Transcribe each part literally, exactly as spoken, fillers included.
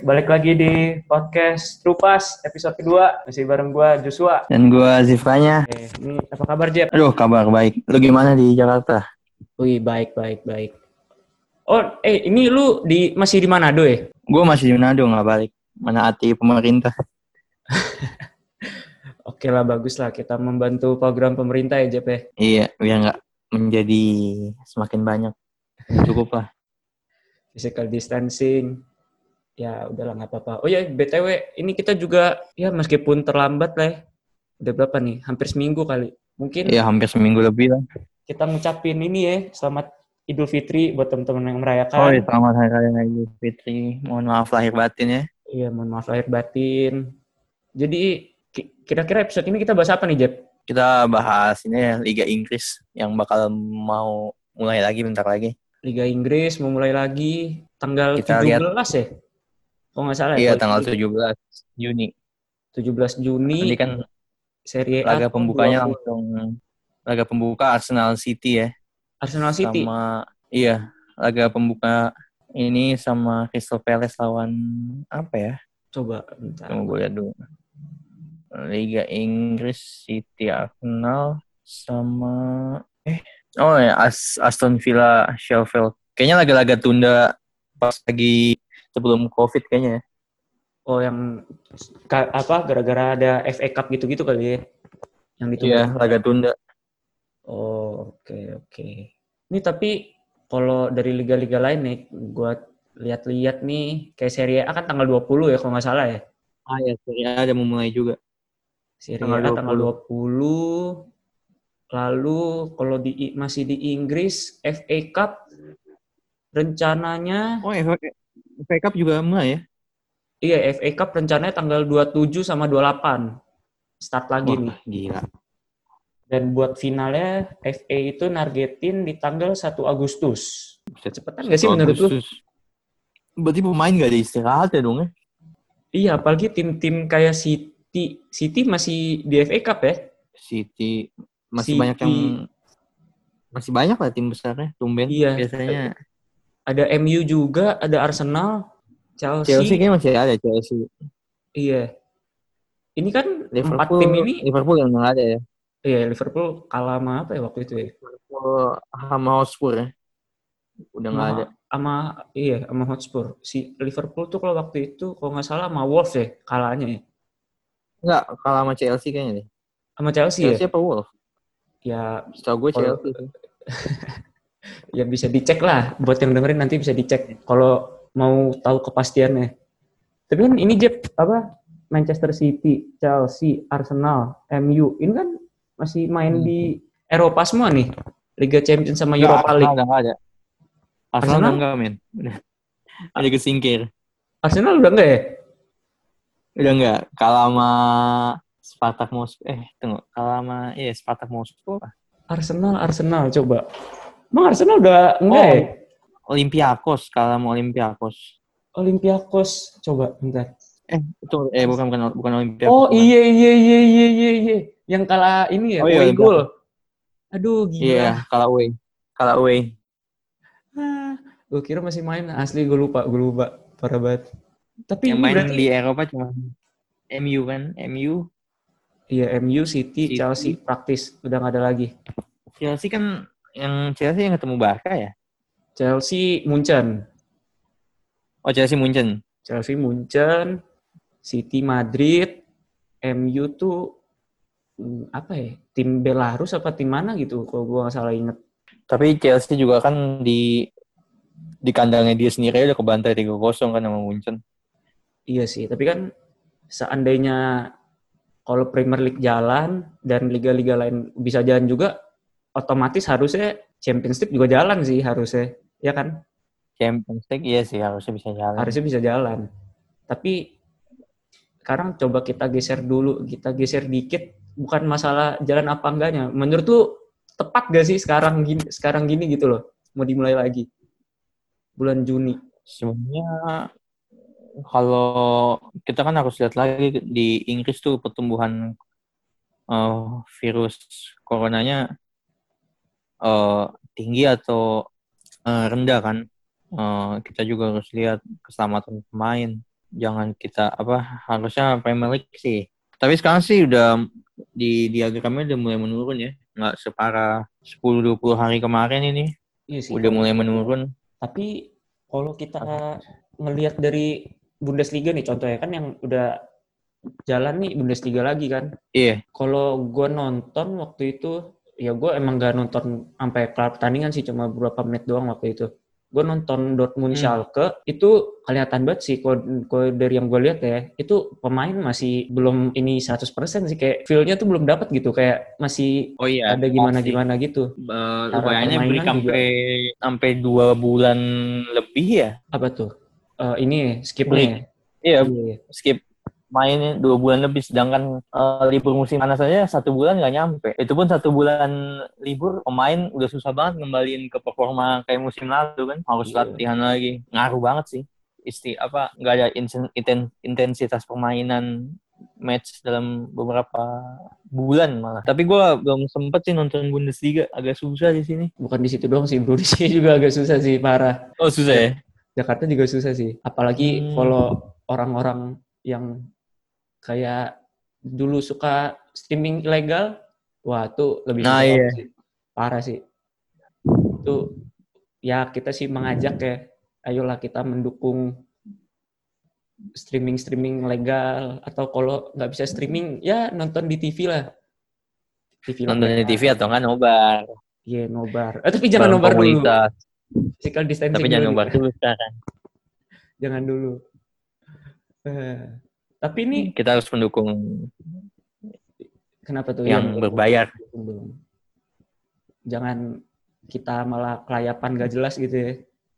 balik lagi di podcast Trupas episode kedua. Masih bareng gue Joshua. Dan gue Zifanya. Eh, ini apa kabar Jep? Aduh, kabar baik. Lu gimana di Jakarta? Wih, baik, baik, baik. Oh, eh ini lu di masih di Manado ya? Gue masih di Manado, gak balik. Mana hati pemerintah. Oke lah, bagus lah. Kita membantu program pemerintah ya Jep ya? Iya, biar gak menjadi semakin banyak. Cukup lah. Physical distancing. Ya udahlah, gak apa-apa. Oh ya, B T W, ini kita juga, ya meskipun terlambat lah ya. Udah berapa nih? Hampir seminggu kali. Mungkin Iya, hampir seminggu lebih lah. kita ngucapin ini ya, selamat Idul Fitri buat teman-teman yang merayakan. Oh iya, selamat Hari Raya Idul Fitri. Mohon maaf lahir batin ya. Iya, mohon maaf lahir batin. Jadi, kira-kira episode ini kita bahas apa nih, Jep? Kita bahas ini ya, Liga Inggris yang bakal mau mulai lagi bentar lagi. Liga Inggris mau mulai lagi tanggal Kita tujuh belas lihat. ya? Kalau nggak salah Iya, ya? tanggal tujuh belas Juni. tujuh belas Juni. Nanti kan Serie A. laga pembukanya langsung laga pembuka Arsenal City ya. Arsenal City. Sama iya, laga pembuka ini sama Crystal Palace lawan apa ya? Coba bentar. Tunggu gue lihat dulu. Liga Inggris City Arsenal sama eh oh ya As- Aston Villa Sheffield. Kayaknya laga-laga tunda pas lagi sebelum Covid kayaknya ya. Oh, yang ka- apa gara-gara ada F A Cup gitu-gitu kali ya? Yang ditunda. Iya, laga tunda. Oh, oke, okay, oke. Okay. Ini tapi kalau dari liga-liga lain nih, gue lihat-lihat nih, kayak Serie A kan tanggal dua puluh ya, kalau nggak salah ya. Ah ya, Serie A ada mau mulai juga. Serie A tanggal, tanggal dua puluh. Lalu kalau di masih di Inggris, F A Cup rencananya... Oh, F A Cup juga mulai ya? Iya, F A Cup rencananya tanggal dua puluh tujuh sama dua puluh delapan. Start lagi. Wah, nih. Gila. Dan buat finalnya, F A itu nargetin di tanggal satu Agustus. Cepetan nggak sih menurut lu? Berarti pemain nggak ada istirahat ya dong ya? Iya, apalagi tim-tim kayak City. City masih di F A Cup ya? City masih City. banyak yang masih banyak lah tim besarnya, tumben iya. biasanya. Ada M U juga, ada Arsenal, Chelsea. Chelsea kayaknya masih ada Chelsea. Iya. Ini kan Liverpool, empat tim ini. Liverpool yang nggak ada ya? Iya, Liverpool kalah sama apa ya waktu itu ya? Liverpool sama Hotspur ya? Udah nggak ada. Sama iya, sama Hotspur. Si Liverpool tuh kalau waktu itu kalau nggak salah sama Wolves ya kalahnya ya. Nggak, kalah sama Chelsea kayaknya deh. Sama Chelsea, Chelsea ya? apa Wolves? Ya, setahu gue Chelsea. Ya bisa dicek lah, buat yang dengerin nanti bisa dicek kalau mau tahu kepastiannya. Tapi kan ini Jep, apa Manchester City, Chelsea, Arsenal, M U, ini kan masih main hmm. di Eropa semua nih, Liga Champions sama nggak, Europa League. Arsenal udah nggak ada. Arsenal, Arsenal udah nggak men, ada kesingkir. Arsenal udah nggak ya? Udah nggak, kalah sama Spartak Moskow. Eh tunggu, kalah sama iya Spartak Moskow. Arsenal, Arsenal coba. Emang Arsenal udah enggak oh, ya? Olympiakos, kalah sama Olympiakos. Olympiakos, coba bentar. Eh, itu eh bukan bukan bukan Olympiakos. Oh, bukan. iya iya iya iya iya iya. Yang kalah ini ya, oh, iya, away goal. Aduh, gila. Iya, kalah away. Kalah away. Ah, gue kira masih main, asli gue lupa, gue lupa. Parah banget. Tapi yang main berarti di Eropa cuma M U kan, M U. Iya, M U, City, City, Chelsea praktis udah nggak ada lagi. Chelsea kan yang Chelsea yang ketemu Barca ya? Chelsea Munchen. Oh, Chelsea Munchen. Chelsea Munchen, City Madrid, M U tuh apa ya? Tim Belarus apa tim mana gitu kalau gue nggak salah inget. Tapi Chelsea juga kan di di kandangnya dia sendiri udah kebantai tiga kosong kan sama Munchen. Iya sih, tapi kan seandainya kalau Premier League jalan dan liga-liga lain bisa jalan juga, otomatis harusnya Champions League juga jalan sih harusnya, ya kan? Champions League iya sih harusnya bisa jalan. Harusnya bisa jalan. Tapi sekarang coba kita geser dulu, kita geser dikit, bukan masalah jalan apa enggaknya. Menurut tuh tepat gak sih sekarang gini, sekarang gini gitu loh, mau dimulai lagi bulan Juni? Sebenarnya kalau kita kan harus lihat lagi di Inggris tuh pertumbuhan uh, virus coronanya uh, tinggi atau uh, rendah kan. Uh, kita juga harus lihat keselamatan pemain. jangan kita apa harusnya Premier League sih. Tapi sekarang sih udah di diagramnya udah mulai menurun ya. Nggak separah sepuluh dua puluh hari kemarin ini. Iya sih Udah kalau mulai kita lihat. menurun. Tapi kalau kita ngelihat dari Bundesliga nih contohnya kan yang udah jalan nih Bundesliga lagi kan. Iya. Kalau gue nonton waktu itu, ya gue emang gak nonton sampai kelar pertandingan sih, cuma beberapa menit doang waktu itu. Gue nonton Dortmund Hmm. Schalke, itu kelihatan banget sih, kalau dari yang gue lihat ya, itu pemain masih belum ini seratus persen sih, kayak feel-nya tuh belum dapat gitu, kayak masih Oh iya. ada gimana-gimana gitu. Uh, Cara Rupanya break permainan juga, sampai sampai dua bulan lebih ya. apa tuh, Eh, ini skipnya ya? Break. Iya, Iya, skip main dua bulan lebih, sedangkan uh, libur musim panas saja satu bulan nggak nyampe. Itu pun satu bulan libur pemain udah susah banget ngembaliin ke performa kayak musim lalu kan, harus iya. latihan lagi. Ngaruh banget sih. Isti apa nggak ada insen- inten- intensitas permainan match dalam beberapa bulan malah. Tapi gue belum sempet sih nonton Bundesliga, agak susah di sini. Bukan di situ doang sih bro, di sini juga agak susah sih, parah. Oh susah ya. Jakarta juga susah sih. Apalagi Hmm. kalau orang-orang yang kayak dulu suka streaming ilegal, wah itu lebih Nah susah iya. sih. Parah sih. Itu ya kita sih mengajak ya, ayolah kita mendukung streaming-streaming legal, atau kalau nggak bisa streaming ya nonton di T V lah. T V Nonton di lokal. T V atau nggak nobar. Iya, yeah, nobar. Eh, tapi jangan Bareng nobar komunitas. dulu. Physical distancing Tapi jangan dulu. nobar dulu sekarang. Jangan dulu. Uh, tapi ini kita harus mendukung kenapa tuh yang ya, berbayar. Jangan kita malah kelayapan gak jelas gitu ya.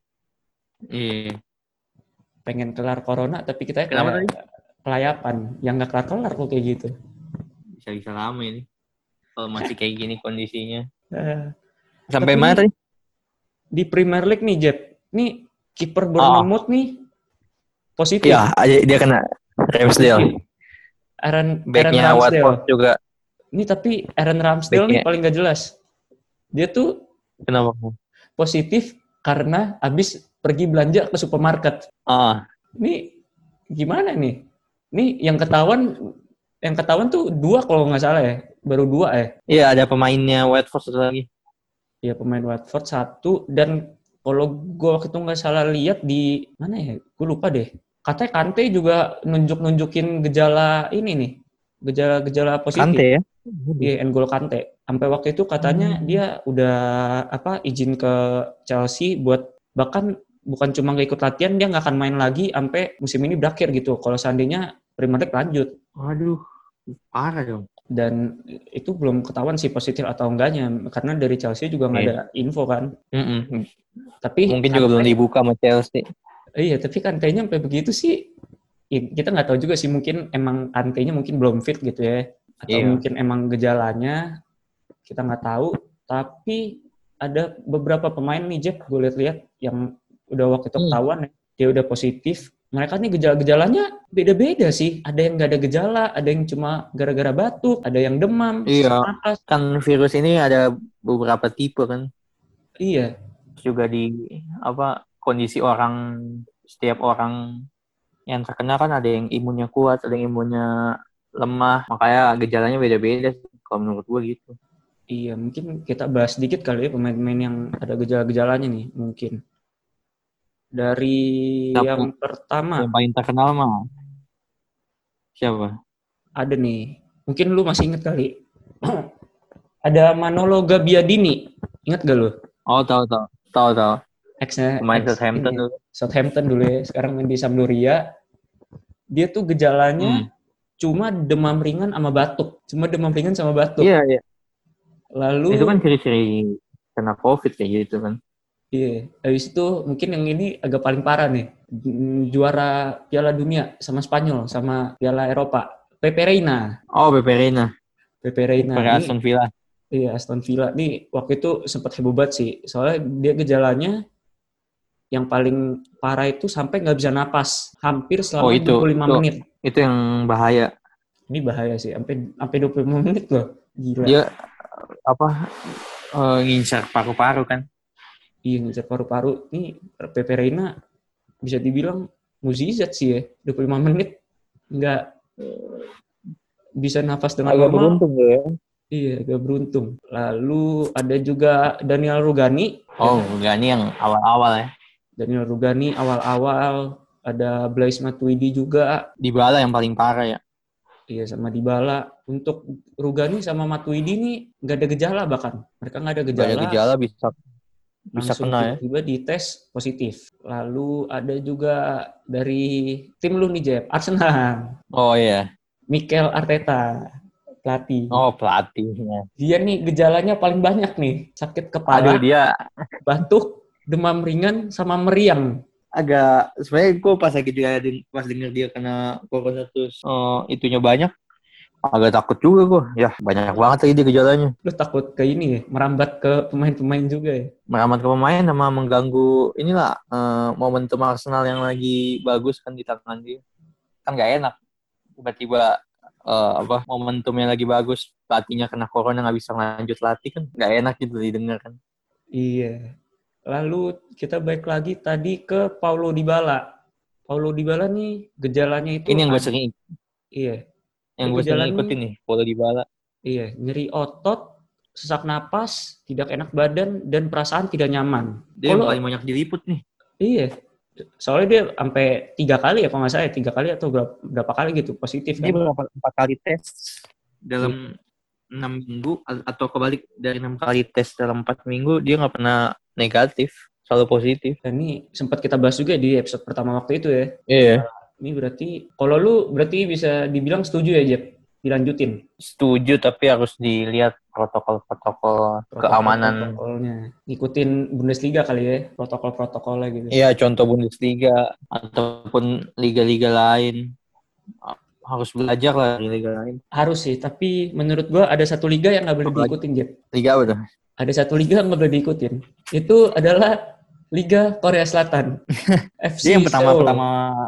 Iya. Pengen kelar corona tapi kita Kenapa kelay- tadi? kelayapan yang gak kelar-kelar kok kayak gitu. Bisa-bisa lama ini kalau masih kayak gini kondisinya. Uh, Sampai mana tadi? Di Premier League nih Jeb, nih kiper Bournemouth oh. nih positif. Ya, dia kena Ramsdale. Aaron, Backnya Watford juga. Ini tapi Aaron Ramsdale Backnya. Nih paling gak jelas. Dia tuh kenapa? Positif karena habis pergi belanja ke supermarket. Ah. Ini gimana nih? Ini yang ketahuan, yang ketahuan tuh dua kalau nggak salah ya, baru dua ya. Iya, ada pemainnya Watford satu lagi. Iya, pemain Watford satu, dan kalau gue waktu itu nggak salah lihat di mana ya, gue lupa deh. Katanya Kante juga nunjuk-nunjukin gejala ini nih, gejala-gejala positif. Kante ya? Iya, N'Golo Kante. Sampai waktu itu katanya hmm. dia udah apa izin ke Chelsea buat, bahkan bukan cuma nggak ikut latihan, dia nggak akan main lagi sampai musim ini berakhir gitu. Kalau seandainya Premier League lanjut. Waduh, parah dong. Dan itu belum ketahuan sih positif atau enggaknya, karena dari Chelsea juga nggak ada info kan. Mm-mm. Tapi mungkin juga belum dibuka sama Chelsea. Iya, tapi Kante-nya sampai begitu sih, kita nggak tahu juga sih, mungkin emang Kante-nya mungkin belum fit gitu ya, atau iya. mungkin emang gejalanya kita nggak tahu. Tapi ada beberapa pemain nih Jeff, gue lihat-lihat yang udah waktu itu ketahuan hmm. dia udah positif. Mereka nih gejala-gejalanya beda-beda sih. Ada yang nggak ada gejala, ada yang cuma gara-gara batuk, ada yang demam. Iya. Napas. Kan virus ini ada beberapa tipe kan. Iya. Juga di apa kondisi orang, setiap orang yang terkena kan ada yang imunnya kuat, ada yang imunnya lemah. Makanya gejalanya beda-beda. Kalau menurut gue gitu. Iya, mungkin kita bahas sedikit kali ya pemain-pemain yang ada gejala-gejalanya nih, mungkin. Dari Siapa? Yang pertama. Yang paling terkenal mah siapa? Ada nih. Mungkin lu masih inget kali. Ada Manolo Gabbiadini. Ingat gak lu? Oh, tahu tahu. Tahu tahu. Ex-nya pemain ex Southampton dulu. Southampton dulu ya. Sekarang main di Sampdoria. Dia tuh gejalanya hmm. cuma demam ringan sama batuk. Cuma demam ringan sama batuk. Iya, iya. Lalu itu kan ciri-ciri kena COVID kayak gitu kan. Iya, habis itu mungkin yang ini agak paling parah nih. Juara Piala Dunia sama Spanyol, sama Piala Eropa. Pepe Reina. Oh, Pepe Reina. Pepe Reina. Pepe Aston Villa. Iya, Aston Villa. Nih, waktu itu sempat heboh banget sih. Soalnya dia gejalanya yang paling parah itu sampai nggak bisa napas. Hampir selama oh, itu, dua puluh lima itu, menit. Itu yang bahaya. Ini bahaya sih. Sampai sampai dua puluh lima menit loh. Gila. Dia apa, uh, ngincar paru-paru kan. Iya, ngincar paru-paru. Nih, Pepe Reina bisa dibilang mukjizat sih ya. dua puluh lima menit nggak bisa nafas dengan Agak normal. beruntung ya. Iya, agak beruntung. Lalu ada juga Daniel Rugani. Oh, Rugani yang awal-awal ya. Daniel Rugani awal-awal. Ada Blaise Matuidi juga. Dybala yang paling parah ya. Iya, sama Dybala. Untuk Rugani sama Matuidi nih nggak ada gejala bahkan. Mereka nggak ada Gak gejala. ada gejala bisa bisa Langsung kena ya. tiba-tiba dites positif. Lalu ada juga dari tim lu nih, Jeb. Arsenal. Oh iya. Mikel Arteta. Pelatih. Oh pelatihnya. Dia nih gejalanya paling banyak nih. Sakit Aduh kepala, dia batuk, demam ringan, sama meriang. agak sebenarnya gue pas lagi dia pas denger dia kena corona terus oh, itunya banyak agak takut juga gue. Ya banyak banget lagi dia gejalanya. Lu takut ke ini ya, merambat ke pemain-pemain juga ya? Merambat ke pemain sama mengganggu inilah uh, momentum Arsenal yang lagi bagus kan di tangan dia. Kan gak enak. Tiba-tiba uh, apa momentumnya lagi bagus, pelatihnya kena corona nggak bisa lanjut latih kan nggak enak gitu didengar kan. Iya. Lalu kita balik lagi tadi ke Paulo Dybala. Paulo Dybala nih gejalanya itu Ini yang gue ada, sering iya. yang Itu gue sering gejalanya, ikutin nih Paulo Dybala. iya, nyeri otot, sesak napas, tidak enak badan, dan perasaan tidak nyaman. Dia yang Kalau paling banyak diliput nih. iya, soalnya dia sampai tiga kali ya kalau nggak salah, ya, tiga kali atau berapa, berapa kali gitu positif Dia kan? berapa empat kali tes dalam enam minggu atau kebalik dari enam kali tes dalam empat minggu dia nggak pernah negatif, selalu positif. Dan ini sempat kita bahas juga di episode pertama waktu itu ya. Iya. Ini berarti kalau lu berarti bisa dibilang setuju ya, Jeb? Dilanjutin. Setuju tapi harus dilihat protokol-protokol keamanan. Protokol-protokolnya. Ngikutin Bundesliga kali ya, protokol-protokolnya gitu. Iya, contoh Bundesliga ataupun liga-liga lain. Harus belajar lah di liga lain. Harus sih, tapi menurut gua ada satu liga yang nggak boleh Apalagi? diikutin, Jeb. Liga apa tuh? Ada satu liga yang nggak boleh diikutin. Itu adalah Liga Korea Selatan. F C Dia yang pertama-pertama.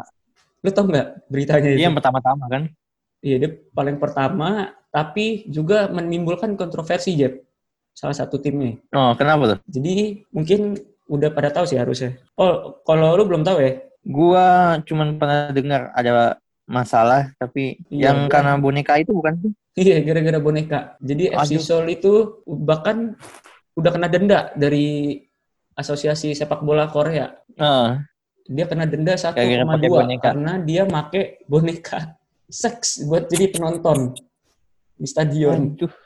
Lu tau nggak beritanya itu? Dia yang pertama-tama kan? Iya, dia paling pertama, tapi juga menimbulkan kontroversi, Jeb. Salah satu timnya. Oh, kenapa tuh? Jadi mungkin udah pada tahu sih harusnya. Oh, kalau lu belum tahu ya? Gua cuman pernah dengar ada masalah, tapi Iya, yang gua- karena boneka itu bukan sih? Iya, gara-gara boneka. Jadi F C Aduh. Seoul itu bahkan udah kena denda dari Asosiasi Sepak Bola Korea. Uh, Dia kena denda satu Gara-gara koma pakai dua boneka. karena dia make boneka seks buat jadi penonton di stadion. Aduh.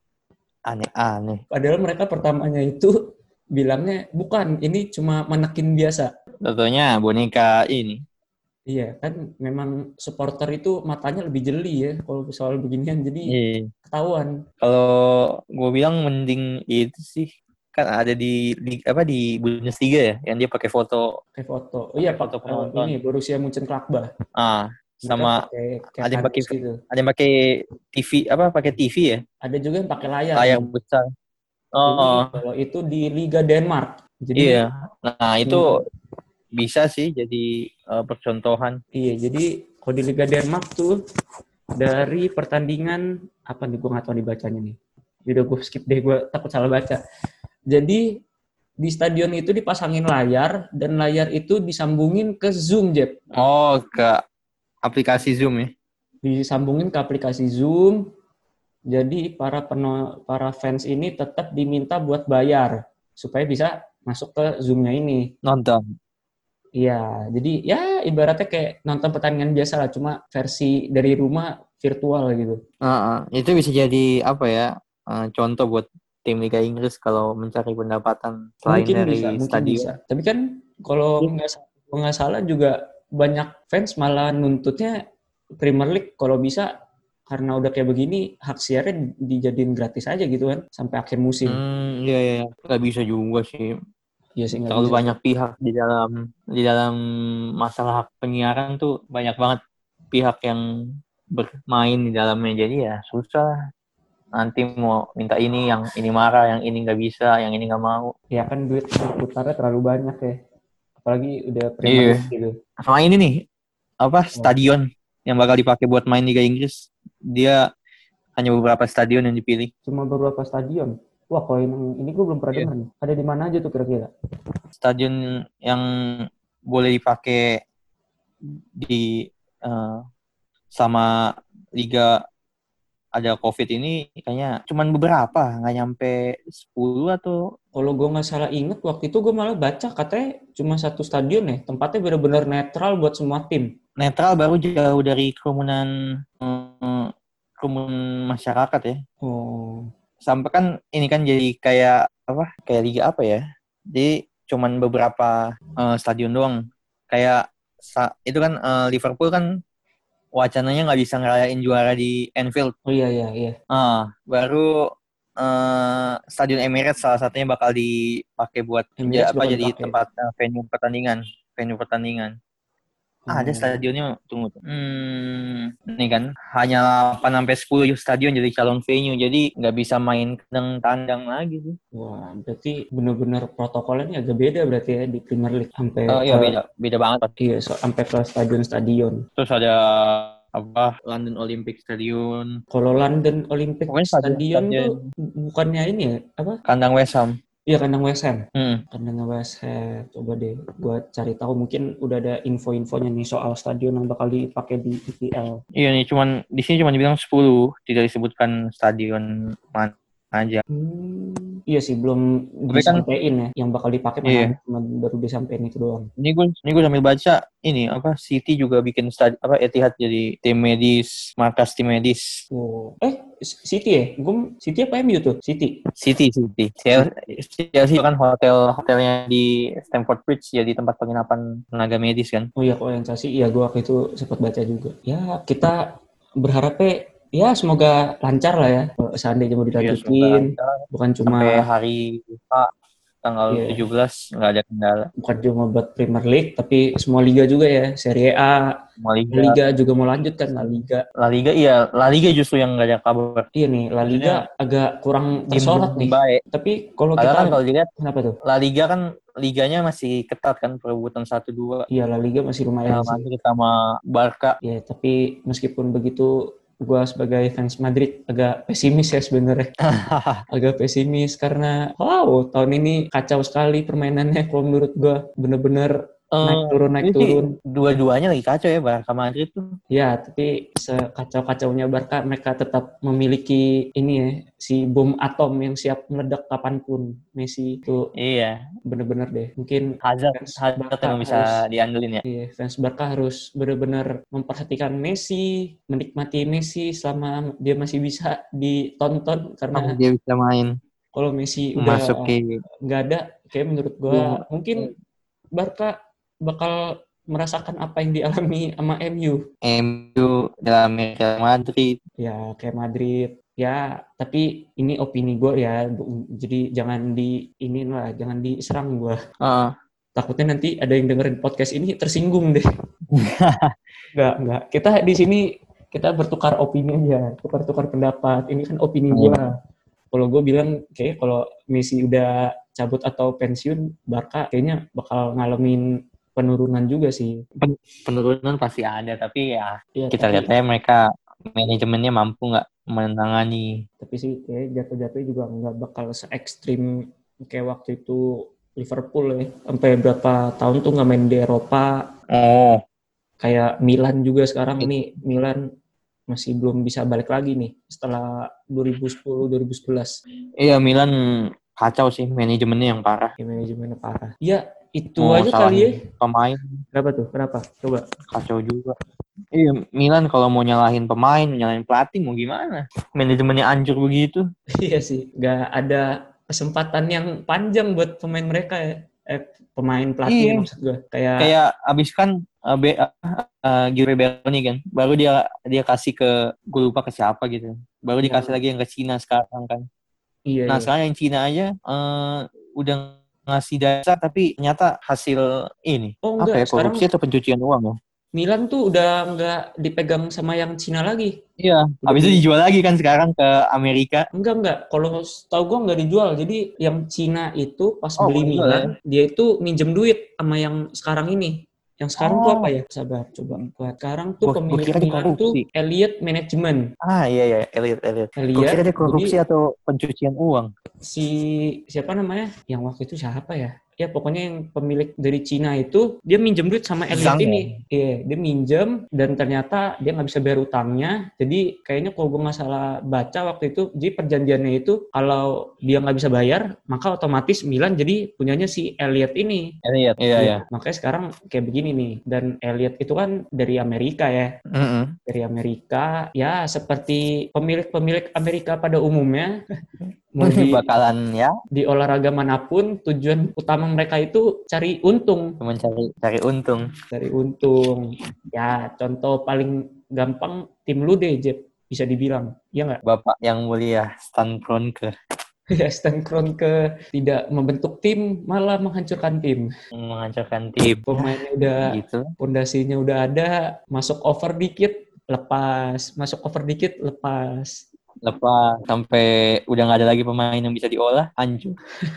Aneh-aneh. Padahal mereka pertamanya itu bilangnya bukan, ini cuma manekin biasa. Contohnya boneka ini. Iya, kan memang supporter itu matanya lebih jeli ya kalau soal beginian, jadi Iya. ketahuan. Kalau gue bilang mending itu sih kan ada di, di apa di Bundesliga ya, yang dia pakai foto. Kayak foto. Oh iya, Foto Pak. penonton. Ini Borussia Mönchengladbach. Ah, sama Mereka pakai kayak ada yang pakai kardus gitu. ada yang pakai T V apa pakai T V ya, Ada juga yang pakai layar. layar gitu. besar. Jadi Oh, kalau itu di Liga Denmark. Jadi iya. Nah itu bisa sih jadi uh, percontohan. iya, jadi kalau di Liga Denmark tuh dari pertandingan apa nih, gue nggak tahu dibacanya nih. Jadi gue skip deh, gue takut salah baca. Jadi di stadion itu dipasangin layar dan layar itu disambungin ke Zoom, Jeb. Oh, ke aplikasi Zoom ya. Disambungin ke aplikasi Zoom. Jadi para peno, para fans ini tetap diminta buat bayar supaya bisa masuk ke Zoom-nya ini. Nonton. Iya, jadi ya ibaratnya kayak nonton pertandingan biasa lah, cuma versi dari rumah virtual gitu. Uh, uh, itu bisa jadi apa ya? Uh, contoh buat tim Liga Inggris kalau mencari pendapatan selain Mungkin dari bisa, mungkin stadion. bisa. Tapi kan kalau nggak nggak salah juga banyak fans malah nuntutnya Premier League kalau bisa, karena udah kayak begini hak siarnya dijadiin gratis aja gitu kan sampai akhir musim. Hmm, iya iya, nggak bisa juga sih. Iya sih, nggak Terlalu bisa. banyak pihak di dalam di dalam masalah hak penyiaran tuh banyak banget pihak yang bermain di dalamnya, jadi ya susah. Nanti mau minta ini, yang ini marah, yang ini nggak bisa, yang ini nggak mau. Ya kan duit putarnya terlalu banyak ya, apalagi udah Premier Iya. League gitu. Sama ini nih apa stadion yang bakal dipakai buat main Liga Inggris, dia hanya beberapa stadion yang dipilih. Cuma beberapa stadion. Wah, kalau yang ini gue belum pernah Iya. dengar nih. Ada di mana aja tuh kira-kira? Stadion yang boleh dipakai di uh, sama liga ada COVID ini kayaknya cuman beberapa, nggak nyampe sepuluh atau Kalau gue nggak salah inget, waktu itu gue malah baca katanya cuma satu stadion ya, tempatnya benar-benar netral buat semua tim. netral, baru jauh dari kerumunan hmm, kerumunan masyarakat ya. Oh, Sampai kan ini kan jadi kayak apa? Kayak liga apa ya? Jadi cuman beberapa uh, stadion doang. Kayak sa- itu kan uh, Liverpool kan wacananya nggak bisa ngerayain juara di Anfield. oh iya iya iya. Ah, baru uh, Stadion Emirates salah satunya bakal dipakai buat ja- Emirates apa bakal jadi dipakai. tempat uh, venue pertandingan, venue pertandingan. Ah, ada Oh. stadionnya, tunggu tuh. Hmm, ini kan hanya delapan sampai sepuluh stadion jadi calon venue, jadi nggak bisa main kandang tandang lagi sih. Wah, berarti benar-benar protokolnya agak beda berarti ya di Premier League sampai Oh iya, ke beda, beda banget. iya so, sampai ke stadion-stadion. Terus ada apa? London Olympic Stadium. Kalau London Olympic Pokoknya Stadion tuh stadion-stadion bukannya ini ya apa? kandang West Ham. Iya kandang West Ham. Hmm. Kandang West Ham. Coba deh, gua cari tahu mungkin udah ada info-infonya nih soal stadion yang bakal dipakai di I P L. Iya nih, cuman di sini cuma dibilang sepuluh, tidak disebutkan stadion mana aja. Hmm, iya sih belum Tapi kan disampaikan ya yang bakal dipakai mana iya. ada, cuma baru disampaikan itu doang. Ini gue ini gue sambil baca ini apa City juga bikin stadi, apa Etihad jadi tim medis, markas tim medis. Oh. Eh, City ya? Gue City apa M U tuh? City. City City. Chelsea kan hotel hotelnya di Stamford Bridge jadi tempat penginapan tenaga medis kan. Oh iya, kalau yang Chelsea, iya gue waktu itu sempat baca juga. Ya, kita berharapnya ya semoga lancar lah ya. Kalau seandainya mau dilanjutin, Ya, bukan cuma sampai hari FIFA tanggal yeah, tujuh belas nggak ada kendala. bukan cuma buat Premier League, tapi semua liga juga ya. Serie A, Semua liga. La Liga juga mau lanjut kan, La Liga. La Liga iya, La Liga justru yang nggak ada kabar. Iya nih, La Liga Maksudnya, agak kurang tersorot nih. Baik. Tapi kalau Padahal kita kan kalau dilihat kenapa tuh? La Liga kan liganya masih ketat kan, perebutan satu dua. Iya, La Liga masih lumayan Real sih. Madrid sama Barca. Ya, tapi meskipun begitu, gue sebagai fans Madrid agak pesimis ya sebenarnya. Agak pesimis karena wow, tahun ini kacau sekali permainannya kalau menurut gue. Bener-bener Uh, naik turun naik turun. Dua-duanya lagi kacau ya Barca Madrid tuh. Ya, tapi sekacau-kacaunya Barca mereka tetap memiliki ini ya, si bom atom yang siap meledak kapanpun. Messi itu iya, bener-bener deh. Mungkin Hazard, fans Hazard Barca yang bisa harus, diandelin ya. iya, fans Barca harus benar-benar memperhatikan Messi, menikmati Messi selama dia masih bisa ditonton karena oh, dia bisa main. Kalau Messi udah Masuki nggak ada, kayak menurut gue mungkin Barca bakal merasakan apa yang dialami sama M U. M U dalam Real Madrid. Ya kayak Madrid. Ya tapi ini opini gue ya, jadi jangan di ini lah, jangan diserang gue. Uh. Takutnya nanti ada yang dengerin podcast ini tersinggung deh. Nggak nggak. Kita di sini kita bertukar opini aja, tukar-tukar pendapat. Ini kan opini gue. Kalau gue bilang kayak kalau Messi udah cabut atau pensiun, Barca kayaknya bakal ngalamin penurunan juga sih. Penurunan pasti ada, tapi ya, ya kita tapi, lihat aja mereka manajemennya mampu nggak menangani. Tapi sih kayak jatuh-jatuh juga nggak bakal se-ekstrim kayak waktu itu Liverpool ya. Sampai berapa tahun tuh nggak main di Eropa. Oh. Kayak Milan juga sekarang nih, Milan masih belum bisa balik lagi nih setelah dua ribu sepuluh dua ribu sebelas. Iya, Milan kacau sih, manajemennya yang parah. Ya, manajemennya parah. Ya, itu oh, aja kali ya. Pemain. Kenapa tuh? Kenapa? Coba. Kacau juga. Iya, Milan kalau mau nyalahin pemain, nyalahin pelatih mau gimana? Manajemennya hancur begitu. Iya sih, nggak ada kesempatan yang panjang buat pemain mereka ya. Eh, pemain pelatih iya. Maksud gue. Kayak kayak abis kan uh, be, uh, uh, Giuseppe Berni kan, baru dia dia kasih ke gue lupa ke siapa gitu. Baru oh. dikasih lagi yang ke Cina sekarang kan. Iya. Nah, iya. sekarang yang Cina aja uh, udah ngasih dasar tapi ternyata hasil ini oh, apa ya, korupsi atau pencucian uang ya? Milan tuh udah nggak dipegang sama yang Cina lagi. Iya. Udah habis itu dijual lagi kan sekarang ke Amerika. Enggak enggak. Kalau tahu gue nggak dijual. Jadi yang Cina itu pas oh, beli Milan, ya? Dia itu minjem duit sama yang sekarang ini. Yang sekarang oh. tuh apa ya? Sabar, coba. Buat sekarang tuh gua, pemilik gua Milan tuh Elliott Management. Ah iya iya, Elliott Elliott. Elliott. Gue kira dia korupsi jadi, atau pencucian uang. si siapa namanya? Yang waktu itu siapa ya? Ya pokoknya yang pemilik dari Cina itu dia minjem duit sama Elliot Zhang ya? ini. Iya, dia minjem dan ternyata dia nggak bisa bayar utangnya. Jadi kayaknya kalau gue nggak salah baca waktu itu, jadi perjanjiannya itu kalau dia nggak bisa bayar, maka otomatis Milan jadi punyanya si Elliot ini. Elliot. Iya, iya. Makanya sekarang kayak begini nih. Dan Elliot itu kan dari Amerika ya. Mm-mm. Dari Amerika, ya seperti pemilik-pemilik Amerika pada umumnya. Mau di, Bakalan ya di olahraga manapun, tujuan utama mereka itu cari untung. cuma cari cari untung. Cari untung. Ya, contoh paling gampang tim lu deh, Jeb. Bisa dibilang. Iya nggak? Bapak yang mulia Stan Kroenke Ya, Stan Kroenke tidak membentuk tim, malah menghancurkan tim. menghancurkan tim. Pemainnya udah, Gitu. pondasinya udah ada, masuk over dikit, lepas. Masuk over dikit, lepas. Lepas sampai udah nggak ada lagi pemain yang bisa diolah, hancur.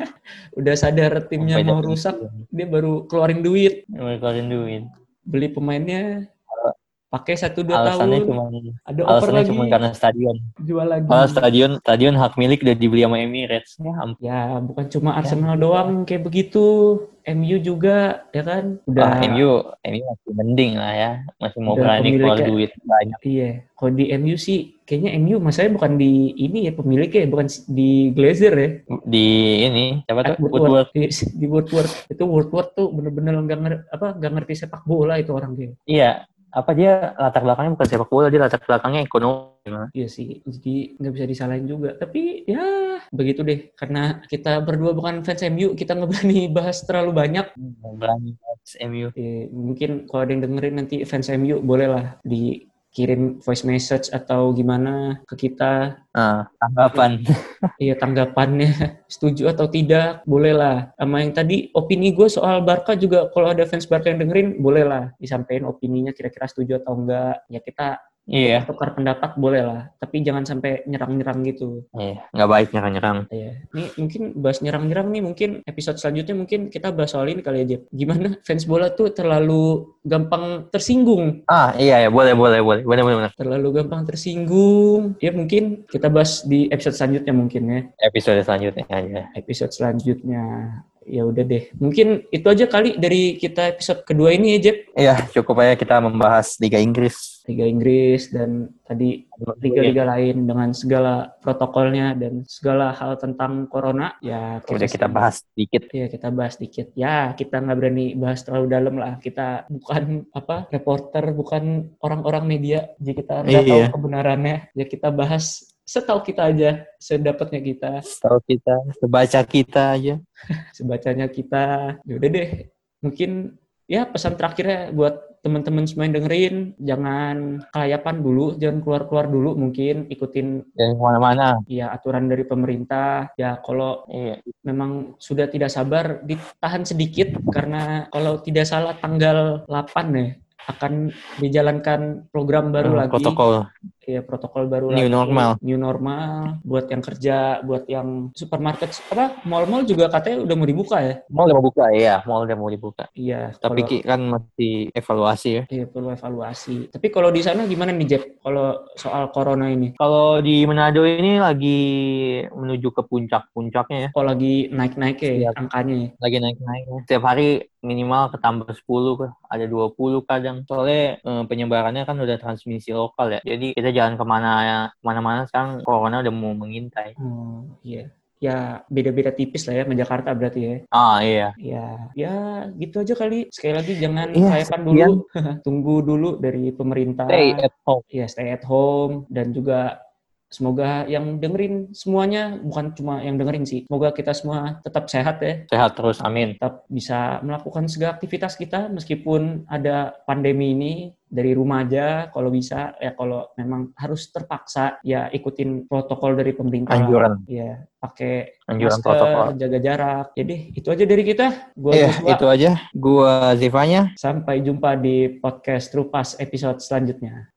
Udah sadar timnya Sampai mau ada rusak, pensiun. dia baru keluarin duit, Ngeluarin duit. beli pemainnya, pakai satu dua Alasannya tahun, cuma ada over alasannya lagi, cuma karena stadion. jual lagi. Kalau stadion stadion hak milik udah dibeli sama Emirates. Ya ampun. Ya bukan cuma Arsenal doang kayak begitu, M U juga, ya kan? Udah. Ah, M U M U masih mending lah ya, masih mau Udah berani keluar pemiliknya- duit banyak. Iya, kalau di M U sih, kayaknya M U masalahnya bukan di ini ya pemiliknya, bukan di Glazer ya. Di ini siapa tuh? Woodward. Woodward. Di, di Woodward. Itu Woodward tuh bener-bener nggak ngerti, apa, nggak ngerti sepak bola itu orang dia. Iya, apa dia latar belakangnya bukan sepak bola, dia latar belakangnya ekonomi. Iya sih, jadi nggak bisa disalahin juga. Tapi ya begitu deh, karena kita berdua bukan fans M U, kita nggak berani bahas terlalu banyak. Mau berani M U. Eh, mungkin kalau ada yang dengerin nanti fans M U, boleh lah dikirim voice message atau gimana ke kita. Ah, tanggapan. Iya, tanggapannya setuju atau tidak, boleh lah. Sama yang tadi opini gue soal Barca juga, kalau ada fans Barca yang dengerin, boleh lah disampaikan opininya kira-kira setuju atau enggak. Ya kita Iya. tukar pendapat boleh lah, tapi jangan sampai nyerang-nyerang gitu. Iya, nggak baik nyerang-nyerang. Iya. Nih mungkin bahas nyerang-nyerang nih, mungkin episode selanjutnya mungkin kita bahas soal ini kali aja. Gimana fans bola tuh terlalu gampang tersinggung. Ah, iya ya, boleh boleh boleh. Benar benar. Terlalu gampang tersinggung. Ya mungkin kita bahas di episode selanjutnya mungkin ya. Episode selanjutnya aja. Episode selanjutnya. Ya udah deh. Mungkin itu aja kali dari kita episode kedua ini ya, Jeb. Iya, cukup aja kita membahas Liga Inggris. Liga Inggris dan tadi liga-liga lain dengan segala protokolnya dan segala hal tentang corona. Ya Udah kita bahas sedikit. Iya, kita bahas dikit. Ya, kita nggak berani bahas terlalu dalam lah. Kita bukan apa reporter, bukan orang-orang media. Jadi kita nggak tahu Iya. kebenarannya. Ya kita bahas setahu kita aja, sedapatnya kita, Tahu kita, sebaca kita aja. sebacanya kita. Ya udah deh. Mungkin ya pesan terakhirnya buat teman-teman semua yang dengerin, jangan kelayapan dulu, jangan keluar-keluar dulu, mungkin ikutin Dan kemana-mana. ya aturan dari pemerintah. Ya kalau Iya. memang sudah tidak sabar, ditahan sedikit, karena kalau tidak salah tanggal delapan ya akan dijalankan program baru Hmm, lagi. protokol. Ya, protokol baru New lagi. normal. New normal. Buat yang kerja, buat yang supermarket, apa, mall-mall juga katanya udah mau dibuka ya. Mall udah mau buka, iya. Mall udah mau dibuka. Iya. Tapi kalau- Ki, kan masih evaluasi ya. Iya, perlu evaluasi. Tapi kalau di sana gimana nih, Jeb? Kalau soal corona ini? Kalau di Manado ini lagi menuju ke puncak-puncaknya ya. Kalau lagi naik-naik ya Siap. angkanya ya? Lagi naik-naiknya. Setiap hari minimal ketambah sepuluh, ada dua puluh kadang. Soalnya eh, penyebarannya kan udah transmisi lokal ya. Jadi kita jangan kemana kemana-mana sekarang corona udah mau mengintai. Oh, iya. Ya, beda-beda tipis lah ya sama Jakarta berarti ya. Ah iya. Ya, ya gitu aja kali. Sekali lagi jangan Iya, kelayapan sekian. dulu. Tunggu dulu dari pemerintah. Stay at home. Ya, stay at home. Dan juga semoga yang dengerin semuanya, bukan cuma yang dengerin sih. Semoga kita semua tetap sehat ya. Sehat terus, amin. Tetap bisa melakukan segala aktivitas kita meskipun ada pandemi ini. Dari rumah aja kalau bisa, ya kalau memang harus terpaksa ya ikutin protokol dari pemerintah. Anjuran. Ya, pakai Anjuran masker, protokol. jaga jarak. Jadi itu aja dari kita. Gua Iya, Joshua. itu aja. Gua Zivanya. Sampai jumpa di podcast Trupas episode selanjutnya.